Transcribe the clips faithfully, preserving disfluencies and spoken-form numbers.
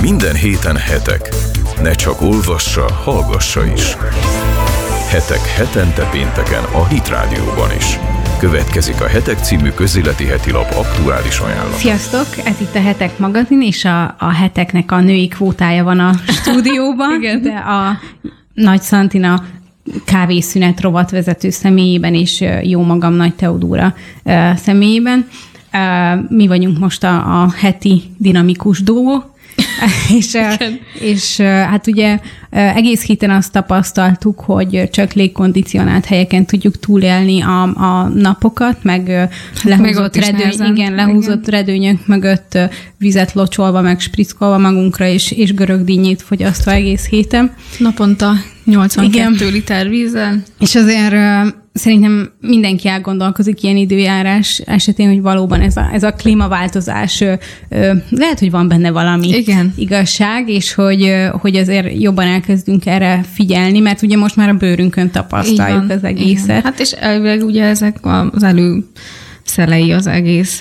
Minden héten hetek. Ne csak olvassa, hallgassa is. Hetek hetente pénteken a Hit Rádióban is. Következik a Hetek című közéleti hetilap aktuális ajánlat. Sziasztok! Ez itt a Hetek magazin, és a, a Heteknek a női kvótája van a stúdióban, de a Nagy Szantina kávészünet rovatvezető személyében, és jó magam Nagy Teodóra személyében. Mi vagyunk most a, a heti dinamikus duó, és, és hát ugye egész héten azt tapasztaltuk, hogy csak légkondicionált helyeken tudjuk túlélni a, a napokat, meg lehúzott, redőny, igen, lehúzott igen. redőnyök mögött vizet locsolva, meg sprickolva magunkra, és, és görögdínyét fogyasztva egész héten. Naponta nyolcvankettő igen. liter vízzel. És azért szerintem mindenki elgondolkozik ilyen időjárás esetén, hogy valóban ez a, ez a klímaváltozás, lehet, hogy van benne valami igen. igazság, és hogy, hogy azért jobban elkezdünk erre figyelni, mert ugye most már a bőrünkön tapasztaljuk igen, az egészet. Igen. Hát és elvileg ugye ezek az előszelei az egész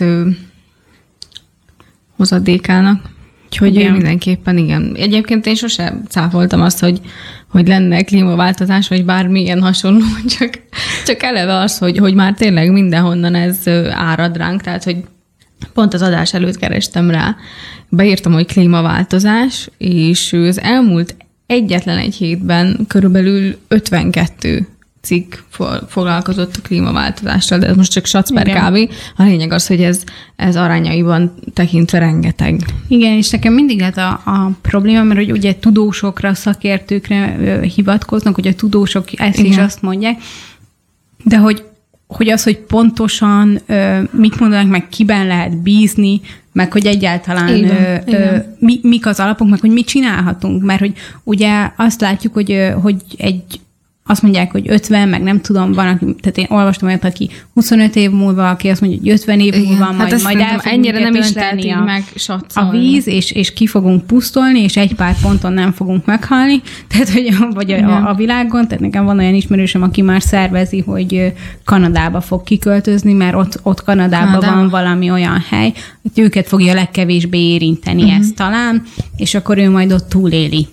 hozadékának. Úgyhogy igen. mindenképpen igen. Egyébként én sosem cáfoltam azt, hogy, hogy lenne klímaváltozás, vagy bármilyen hasonló, csak, csak eleve az, hogy, hogy már tényleg mindenhonnan ez árad ránk, tehát hogy pont az adás előtt kerestem rá, beírtam, hogy klímaváltozás, és az elmúlt egyetlen egy hétben körülbelül ötvenkettő cikk foglalkozott a klímaváltozással, de ez most csak sac per kávé. A lényeg az, hogy ez, ez arányaiban tekintve rengeteg. Igen, és nekem mindig ez a, a probléma, mert hogy ugye tudósokra, szakértőkre ö, hivatkoznak, hogy a tudósok ezt igen. is azt mondják, de hogy, hogy az, hogy pontosan ö, mit mondanak, meg kiben lehet bízni, meg hogy egyáltalán igen, ö, igen. Ö, mi, mik az alapok, meg hogy mit csinálhatunk, mert hogy ugye azt látjuk, hogy, ö, hogy egy azt mondják, hogy ötven, meg nem tudom, van, aki, tehát én olvastam olyat, aki huszonöt év múlva, aki azt mondja, hogy ötven év múlva, igen, majd, hát majd el ennyire nem is lehet így meg a víz, és, és ki fogunk pusztulni, és egy pár ponton nem fogunk meghalni, tehát, hogy, vagy a, a világon, tehát nekem van olyan ismerősöm, aki már szervezi, hogy Kanadába fog kiköltözni, mert ott, ott Kanadában Kanadában van valami olyan hely, hogy őket fogja legkevésbé érinteni uh-huh. ezt talán, és akkor ő majd ott túléli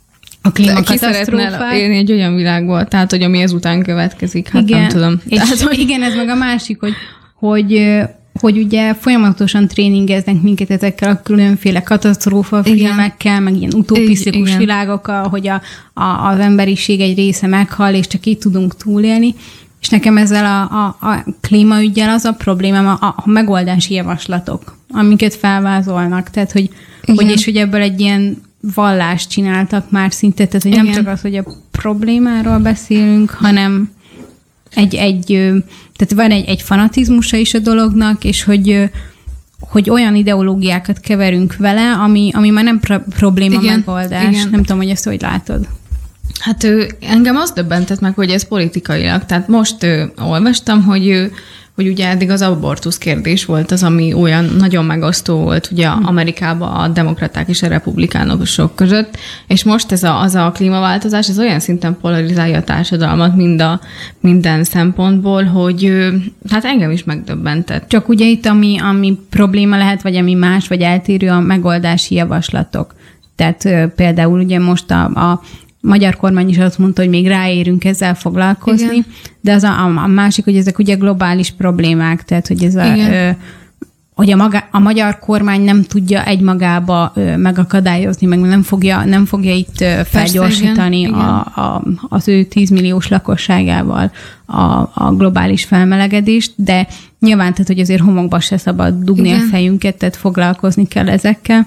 a klímakatasztrófát. Ki szeretne élni egy olyan világból, tehát, hogy ami ezután következik, hát igen, nem tudom. És tehát, hogy... Igen, ez meg a másik, hogy, hogy, hogy ugye folyamatosan tréningeznek minket ezekkel a különféle katasztrófa filmekkel, meg ilyen utopisztikus igen. világokkal, hogy a, a, az emberiség egy része meghal, és csak így tudunk túlélni. És nekem ezzel a, a, a klímaüggyel az a problémám, a, a megoldási javaslatok, amiket felvázolnak. Tehát, hogy, hogy és hogy ebből egy ilyen vallást csináltak már szinte, tehát hogy nem igen. csak az, hogy a problémáról beszélünk, hanem egy, egy tehát van egy, egy fanatizmusa is a dolognak, és hogy, hogy olyan ideológiákat keverünk vele, ami, ami már nem pro- probléma igen. megoldás. Igen. Nem tudom, hogy ezt hogy látod. Hát ő, engem az döbbentett meg, hogy ez politikailag. Tehát most ő, olvastam, hogy ő hogy ugye eddig az abortusz kérdés volt az, ami olyan nagyon megosztó volt ugye Amerikában a demokraták és a republikánusok között, és most ez a, az a klímaváltozás, ez olyan szinten polarizálja a társadalmat mind a, minden szempontból, hogy hát engem is megdöbbentett. Csak ugye itt, ami, ami probléma lehet, vagy ami más, vagy eltérő a megoldási javaslatok. Tehát például ugye most a, a magyar kormány is azt mondta, hogy még ráérünk ezzel foglalkozni, igen. de az a, a másik, hogy ezek ugye globális problémák, tehát hogy ez a, ö, hogy a, maga, a magyar kormány nem tudja egymagába ö, megakadályozni, meg nem fogja, nem fogja itt ö, felgyorsítani igen, a, a, az ő tízmilliós lakosságával a, a globális felmelegedést, de nyilván, tehát, hogy azért homokba se szabad dugni igen. a fejünket, tehát foglalkozni kell ezekkel.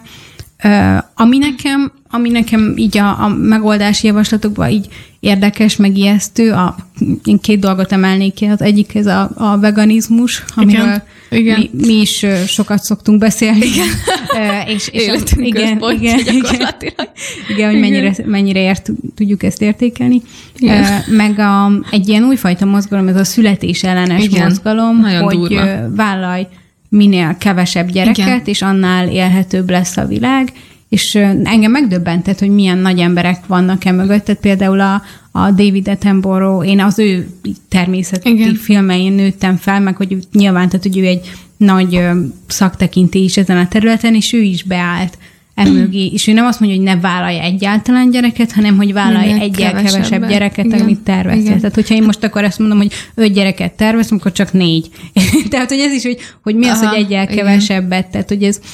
Ö, ami nekem ami nekem így a, a megoldási javaslatokban így érdekes, meg ijesztő, a, én két dolgot emelnék ki, az egyik ez a, a veganizmus, amiről igen, mi, mi is sokat szoktunk beszélni. Igen. és, és életünk igen, központja igen, gyakorlatilag. Igen, hogy mennyire, mennyire ért, tudjuk ezt értékelni. Igen. Meg a, egy ilyen újfajta mozgalom, ez a születés ellenes igen. mozgalom, nagyon hogy durva. Vállalj minél kevesebb gyereket, igen. és annál élhetőbb lesz a világ. És engem megdöbbentett, hogy milyen nagy emberek vannak e mögött. Tehát például a, a David Attenborough, én az ő természeti igen. filmein nőttem fel, meg hogy nyilván, tehát hogy ő egy nagy szaktekintély is ezen a területen, és ő is beállt emögé, és ő nem azt mondja, hogy ne vállalja egyáltalán gyereket, hanem hogy vállalja egyel kevesebb gyereket, igen, amit tervezte. Tehát, hogyha én most akkor ezt mondom, hogy öt gyereket terveztem, akkor csak négy. Tehát, hogy ez is, hogy, hogy mi az, aha, hogy egyel kevesebbet. Tehát, hogy ez...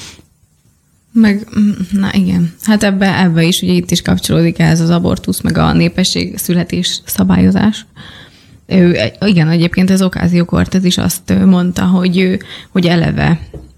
Meg, na igen. Hát ebbe, ebbe is, ugye itt is kapcsolódik ez az abortusz, meg a népesség születés szabályozás. Ő, igen, egyébként az Ocasio-Cortez is azt mondta, hogy, hogy eleve,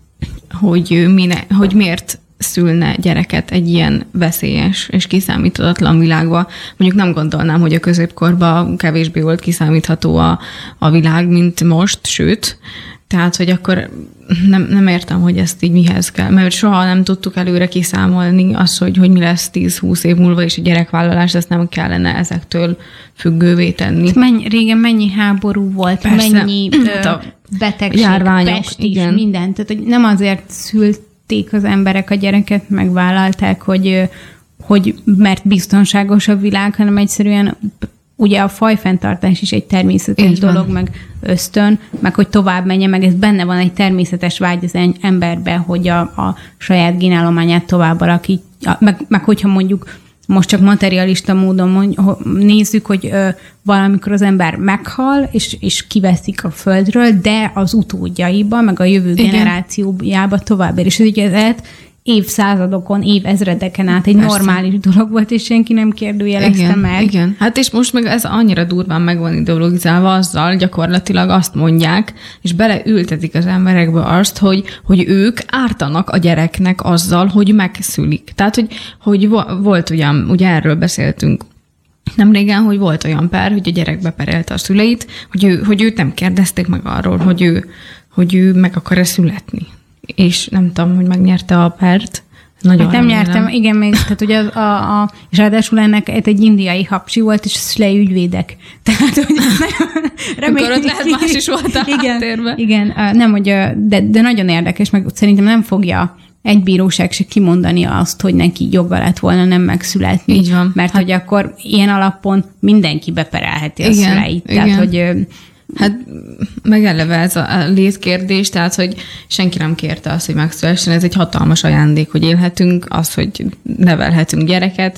hogy, mine, hogy miért szülne gyereket egy ilyen veszélyes és kiszámíthatatlan világba. Mondjuk nem gondolnám, hogy a középkorban kevésbé volt kiszámítható a, a világ, mint most, sőt, tehát, hogy akkor nem, nem értem, hogy ezt így mihez kell, mert soha nem tudtuk előre kiszámolni azt, hogy, hogy mi lesz tíz-húsz év múlva, és a gyerekvállalás, ezt nem kellene ezektől függővé tenni. Mennyi, régen mennyi háború volt, persze, mennyi ö, betegség, járványok, pestis, igen. minden. Tehát, hogy nem azért szülték az emberek a gyereket, megvállalták, hogy, hogy mert biztonságos a világ, hanem egyszerűen ugye a fajfenntartás is egy természetes így dolog, van. Meg ösztön, meg hogy tovább menjen, meg ez benne van egy természetes vágy az emberben, hogy a, a saját génállományát tovább alakítja. Meg, meg hogyha mondjuk most csak materialista módon mondj, nézzük, hogy ö, valamikor az ember meghal, és, és kiveszik a földről, de az utódjaiba, meg a jövő igen. generációjába tovább ér. És ez ugye lehet évszázadokon, évezredeken át egy persze. normális dolog volt, és senki nem kérdőjelezte igen, meg. Igen, hát és most meg ez annyira durván meg van ideologizálva azzal, gyakorlatilag azt mondják, és beleültetik az emberekbe azt, hogy, hogy ők ártanak a gyereknek azzal, hogy megszülik. Tehát, hogy, hogy volt ugyan, ugye erről beszéltünk nem régen, hogy volt olyan per, hogy a gyerek beperelte a szüleit, hogy, ő, hogy őt nem kérdezték meg arról, hogy ő, hogy ő meg akar-e születni. És nem tudom, hogy megnyerte a pert. Nagyon hát nem remélem. Nyertem, igen, még, tehát ugye a, a, a, és ráadásul ennek egy indiai hapsi volt, és szülei ügyvédek. Tehát, hogy reméljük. Akkor ott lehet más is volt a igen, háttérben. Igen, nem, hogy, de, de nagyon érdekes, meg szerintem nem fogja egy bíróság se kimondani azt, hogy neki joga lett volna nem megszületni. Így van. Mert hát, hogy akkor ilyen alapon mindenki beperelheti a igen, szüleit. Tehát, igen. hogy hát meg eleve ez a létkérdés, tehát, hogy senki nem kérte azt, hogy megszülessen. Ez egy hatalmas ajándék, hogy élhetünk, az, hogy nevelhetünk gyereket.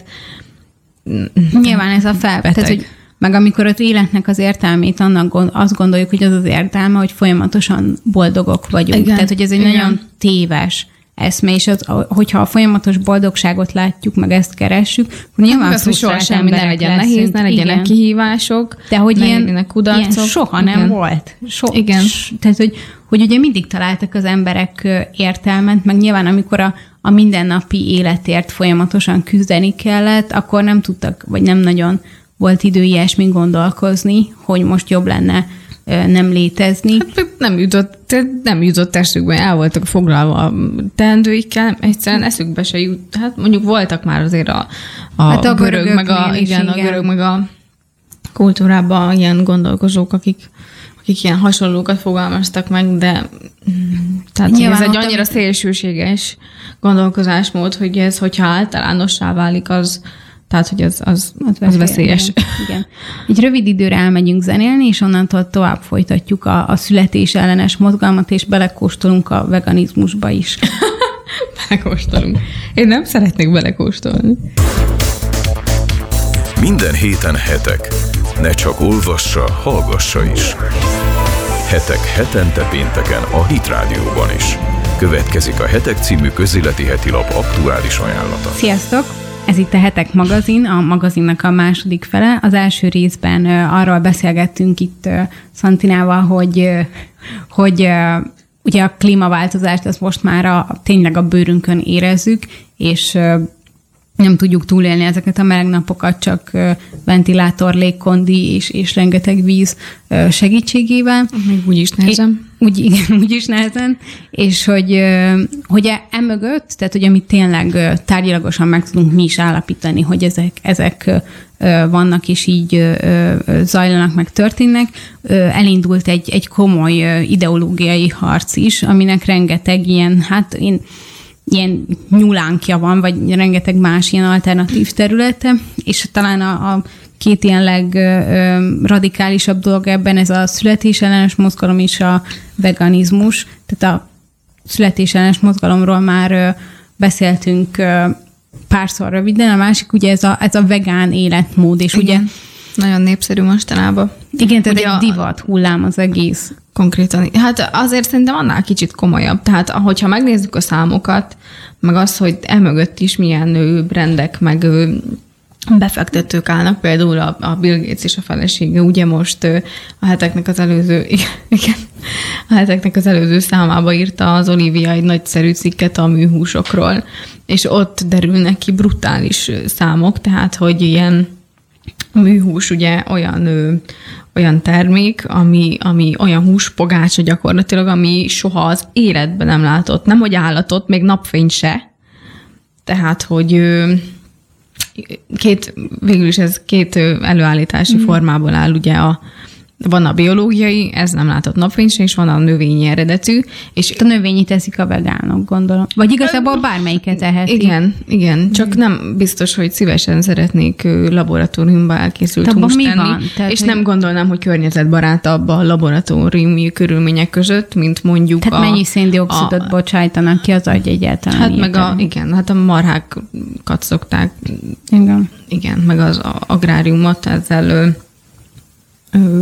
Nyilván ez a fel... Tehát, hogy meg amikor az életnek az értelmét, annak gond, azt gondoljuk, hogy az az értelme, hogy folyamatosan boldogok vagyunk. Igen, tehát, hogy ez egy igen. nagyon téves eszme, és az, hogyha a folyamatos boldogságot látjuk, meg ezt keressük, akkor nyilván hát, soha semmi ne legyen leszünk, nehéz, ne legyenek igen. kihívások, de hogy ne ilyen, legyenek kudarcok. Ilyen soha igen. nem volt. So, igen. Tehát, hogy, hogy ugye mindig találtak az emberek értelmet, meg nyilván amikor a, a mindennapi életért folyamatosan küzdeni kellett, akkor nem tudtak, vagy nem nagyon volt idő ilyesmin gondolkozni, hogy most jobb lenne nem létezni. Hát nem jutott, nem jutott testükben, el voltak foglalva a teendőikkel, egyszerűen eszükbe se jut. Hát mondjuk voltak már azért a, a, hát a görög, meg a, igen, igen, a görög, meg a kultúrában ilyen gondolkozók, akik, akik ilyen hasonlókat fogalmaztak meg, de tehát ez egy annyira szélsőséges gondolkozásmód, hogy ez, hogyha általánossá válik, az tehát, hogy az, az, az, az veszélyes. Igen, igen. Egy rövid időre elmegyünk zenélni, és onnantól tovább folytatjuk a, a születés ellenes mozgalmat, és belekóstolunk a veganizmusba is. Belekóstolunk. Én nem szeretnék belekóstolni. Minden héten hetek. Ne csak olvassa, hallgassa is. Hetek hetente pénteken a Hit Rádióban is. Következik a Hetek című közéleti hetilap aktuális ajánlata. Sziasztok! Ez itt a Hetek magazin, a magazinnak a második fele. Az első részben uh, arról beszélgettünk itt uh, Szantinával, hogy, uh, hogy uh, ugye a klímaváltozást azt most már a, tényleg a bőrünkön érezzük, és uh, nem tudjuk túlélni ezeket a meleg napokat, csak uh, ventilátor, légkondi és, és rengeteg víz uh, segítségével. Még úgy is nehezen. Úgy, igen, úgy is nehezen. És hogy, hogy emögött, tehát hogy amit tényleg tárgyilagosan meg tudunk mi is állapítani, hogy ezek, ezek vannak és így zajlanak, meg történnek, elindult egy, egy komoly ideológiai harc is, aminek rengeteg ilyen, hát én ilyen nyulánkja van, vagy rengeteg más ilyen alternatív területe, és talán a, a két ilyen legradikálisabb dolog ebben ez a születésellenes mozgalom és a veganizmus. Tehát a születésellenes mozgalomról már beszéltünk párszor röviden, a másik ugye ez a, ez a vegán életmód, és igen. ugye... Nagyon népszerű mostanában. Igen, tehát ugye egy divat hullám az egész. Konkrétan. Hát azért szerintem annál kicsit komolyabb. Tehát ahogyha megnézzük a számokat, meg az, hogy emögött is milyen brandek, meg befektetők állnak, például a, a Bill Gates és a felesége, ugye most a heteknek az előző, igen, a heteknek az előző számába írta az Olivia egy nagyszerű cikket a műhúsokról, és ott derülnek ki brutális számok, tehát, hogy ilyen műhús ugye olyan, ö, olyan termék, ami, ami olyan húspogácsa gyakorlatilag, ami soha az életben nem látott. Nem, hogy állatot, még napfény se. Tehát, hogy ö, két, végül is ez két előállítási mm. formából áll, ugye a van a biológiai, ez nem látott napfény se, és van a növényi eredetű. És a növényi teszik a vegánok, gondolom. Vagy igazából bármelyiket ehetik. Igen, igen. Csak nem biztos, hogy szívesen szeretnék laboratóriumban elkészült Tabban húst mi tenni. van? Tehát, és hogy... nem gondolnám, hogy környezetbarátabb a laboratóriumi körülmények között, mint mondjuk Tehát a... mennyi széndioxidot a... bocsájtanak ki az agy egyáltalán? Hát meg a, igen, hát a marhákat szokták. Igen. Igen, meg az agráriumot ezzel ö, ö,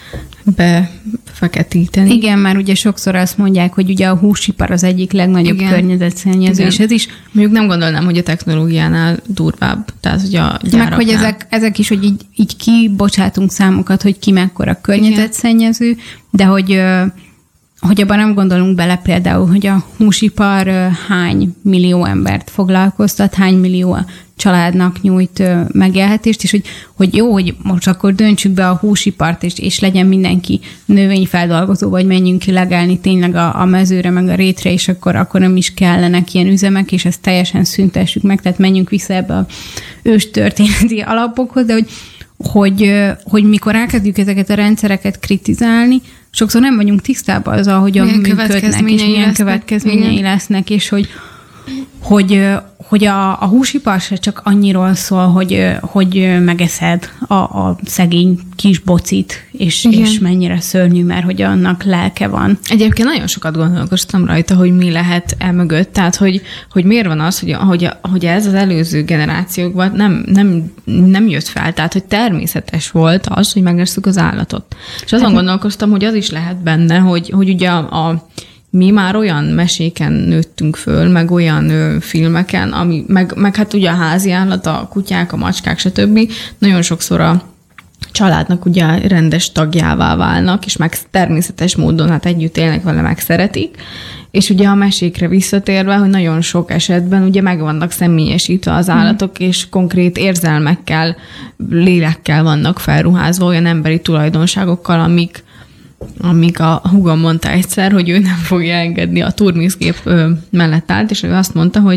befeketíteni. Igen, már ugye sokszor azt mondják, hogy ugye a húsipar az egyik legnagyobb igen. környezetszennyező, és ez is... Mondjuk nem gondolnám, hogy a technológiánál durvább, tehát hogy a gyáraknál. Meg hogy ezek, ezek is, hogy így, így kibocsátunk számokat, hogy ki mekkora környezetszennyező, igen. de hogy, hogy abban nem gondolunk bele például, hogy a húsipar hány millió embert foglalkoztat, hány millió családnak nyújt megélhetést, és hogy, hogy jó, hogy most akkor döntsük be a húsipart, és, és legyen mindenki növényfeldolgozó, vagy menjünk ki legelni tényleg a, a mezőre, meg a rétre, és akkor, akkor nem is kellenek ilyen üzemek, és ezt teljesen szüntessük meg, tehát menjünk vissza ebbe a őstörténeti alapokhoz, de hogy, hogy, hogy mikor elkezdjük ezeket a rendszereket kritizálni, sokszor nem vagyunk tisztában azzal, hogy a működnek, és milyen következményei igen. lesznek, és hogy, hogy hogy a, a húsipar se csak annyiról szól, hogy, hogy megeszed a, a szegény kis bocit, és, és mennyire szörnyű, mert hogy annak lelke van. Egyébként nagyon sokat gondolkoztam rajta, hogy mi lehet e mögött, tehát hogy, hogy miért van az, hogy, hogy, hogy ez az előző generációkban nem, nem, nem jött fel, tehát hogy természetes volt az, hogy megesszük az állatot. És azon hát, gondolkoztam, hogy az is lehet benne, hogy, hogy ugye a, a mi már olyan meséken nőttünk föl, meg olyan ö, filmeken, ami, meg, meg hát ugye a házi állat, a kutyák, a macskák, stb. Nagyon sokszor a családnak ugye rendes tagjává válnak, és meg természetes módon hát együtt élnek vele, megszeretik. És ugye a mesékre visszatérve, hogy nagyon sok esetben ugye meg vannak személyesítve az állatok, mm. és konkrét érzelmekkel, lélekkel vannak felruházva, olyan emberi tulajdonságokkal, amik amíg a húgom mondta egyszer, hogy ő nem fogja engedni, a turmixgép mellett állt, és ő azt mondta, hogy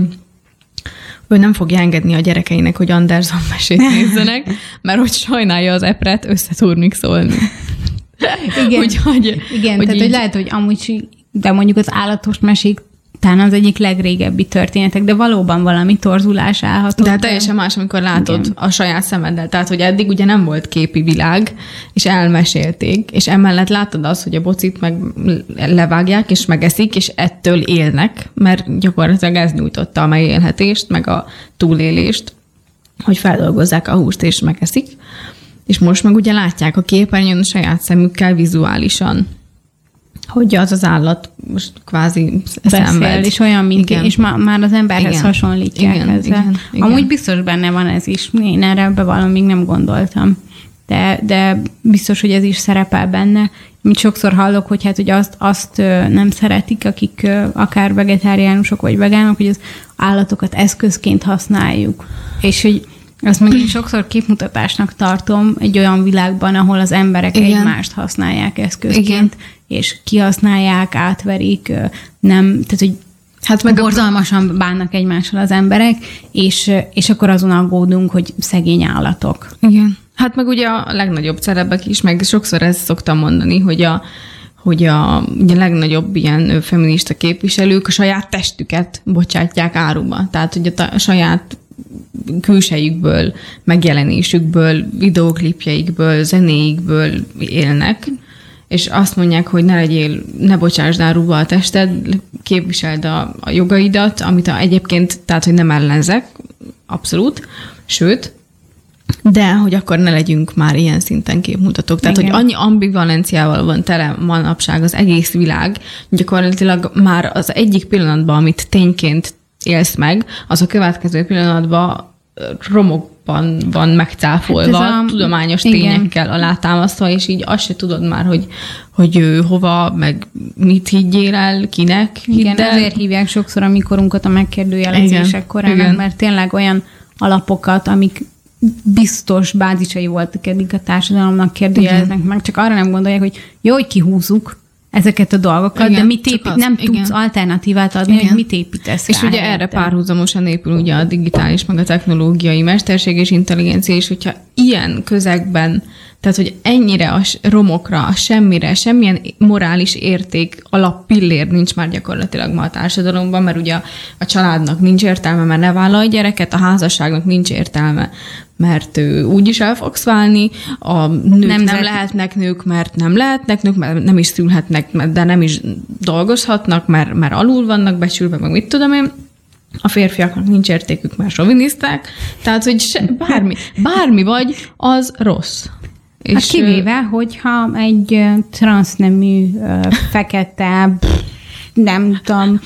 ő nem fogja engedni a gyerekeinek, hogy Anderson mesét nézzenek, mert hogy sajnálja az epret összeturmixolni. Igen, Úgyhogy, igen hogy tehát így... hogy lehet, hogy amúgy, de mondjuk az állatos mesék talán az egyik legrégebbi történetek, de valóban valami torzulás állható. De hát teljesen más, amikor látod igen. a saját szemeddel. Tehát, hogy eddig ugye nem volt képi világ, és elmesélték, és emellett látod azt, hogy a bocit meg levágják, és megeszik, és ettől élnek, mert gyakorlatilag ez nyújtotta a megélhetést, meg a túlélést, hogy feldolgozzák a húst, és megeszik. És most meg ugye látják a képernyőn a saját szemükkel vizuálisan, hogy az az állat most kvázi beszél, szenved. És olyan, mint igen. én, és má, már az emberhez igen. hasonlítják igen, ezzel. Igen, igen. Amúgy biztos benne van ez is. Én erre bevallom, még nem gondoltam. De, de biztos, hogy ez is szerepel benne. Mint sokszor hallok, hogy hát, hogy azt, azt nem szeretik, akik akár vegetáriánusok vagy vegánok, hogy az állatokat eszközként használjuk. És hogy azt meg én sokszor képmutatásnak tartom egy olyan világban, ahol az emberek igen. egymást használják eszközként, igen. és kihasználják, átverik, nem, tehát hogy hát meg borzalmasan a... bánnak egymással az emberek, és, és akkor azon aggódunk, hogy szegény állatok. Igen. Hát meg ugye a legnagyobb celebek is, meg sokszor ezt szoktam mondani, hogy a hogy a, ugye a legnagyobb ilyen feminista képviselők a saját testüket bocsátják áruba. Tehát, hogy a, a saját külsejükből, megjelenésükből, videóklipjeikből, zenéikből élnek, és azt mondják, hogy ne legyél, ne bocsásd áruba a tested, képviseld a, a jogaidat, amit a, egyébként, tehát, hogy nem ellenzek, abszolút, sőt, de hogy akkor ne legyünk már ilyen szinten képmutatók. Tehát, igen. hogy annyi ambivalenciával van tele manapság az egész világ, gyakorlatilag már az egyik pillanatban, amit tényként élsz meg, az a következő pillanatban romokban van megcáfolva, hát a, tudományos igen. tényekkel alátámasztva, és így azt se tudod már, hogy, hogy hova, meg mit higgyél el, kinek igen, el. Ezért hívják sokszor a mikorunkat a megkérdőjelezések korán, mert tényleg olyan alapokat, amik biztos bázisai voltak eddig a társadalomnak, kérdőjeleznek meg, csak arra nem gondolják, hogy jó, hogy kihúzzuk ezeket a dolgokat, igen, de mit épít, az, nem igen. tudsz alternatívát adni, igen. hogy mit építesz És rá ugye helyette. Erre párhuzamosan épül ugye a digitális, meg a technológiai mesterség és intelligencia, és hogyha ilyen közegben, tehát hogy ennyire a romokra, a semmire, semmilyen morális érték alappillér nincs már gyakorlatilag ma a társadalomban, mert ugye a, a családnak nincs értelme, mert ne vállal gyereket, a házasságnak nincs értelme, mert úgy is el fogsz válni, a nők nem, nem lehetnek nők, mert nem lehetnek nők, mert nem is szülhetnek, de nem is dolgozhatnak, mert, mert alul vannak becsülve, meg mit tudom én. A férfiaknak nincs értékük, mert soviniszták, tehát, hogy se, bármi, bármi vagy, az rossz. És hát kivéve, hogyha egy transznemű, fekete, nem tudom,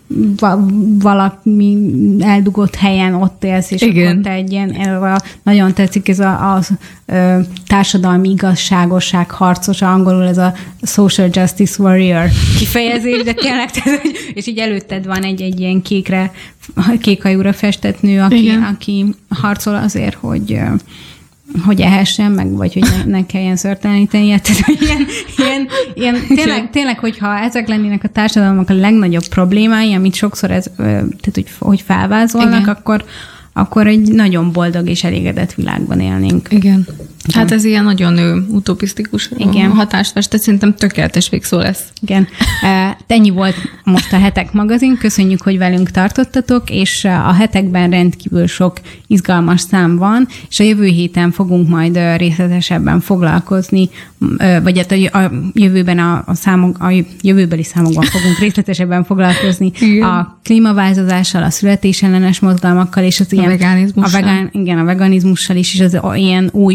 valami eldugott helyen ott élsz, és igen. akkor te egy ilyen, nagyon tetszik ez a, a, a társadalmi igazságosság harcos, angolul ez a social justice warrior kifejezés, de tényleg, és így előtted van egy, egy ilyen kékre, kékhajúra festett nő, aki, aki harcol azért, hogy hogy ehessen, meg vagy hogy ne, ne kelljen szörteleníteni. Tehát, ilyen, ilyen, ilyen, tényleg, tényleg, hogyha ezek lennének a társadalomnak a legnagyobb problémái, amit sokszor ez, tehát, hogy, hogy felvázolnak, akkor, akkor egy nagyon boldog és elégedett világban élnénk. Igen. Hát ez ilyen nagyon ő, utopisztikus igen. hatást fest, tehát szerintem tökéletes végszó lesz. Igen. Ennyi volt most a Hetek magazin. Köszönjük, hogy velünk tartottatok, és a hetekben rendkívül sok izgalmas szám van, és a jövő héten fogunk majd részletesebben foglalkozni, vagy hát a jövőben a, a, számok, a jövőbeli számokban fogunk részletesebben foglalkozni igen. a klímaváltozással, a születésellenes mozgalmakkal, és az a ilyen, veganizmussal. A vegán, igen, a veganizmussal is, és az ilyen új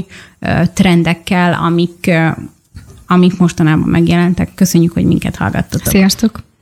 trendekkel, amik, amik mostanában megjelentek. Köszönjük, hogy minket hallgattatok. Sziasztok!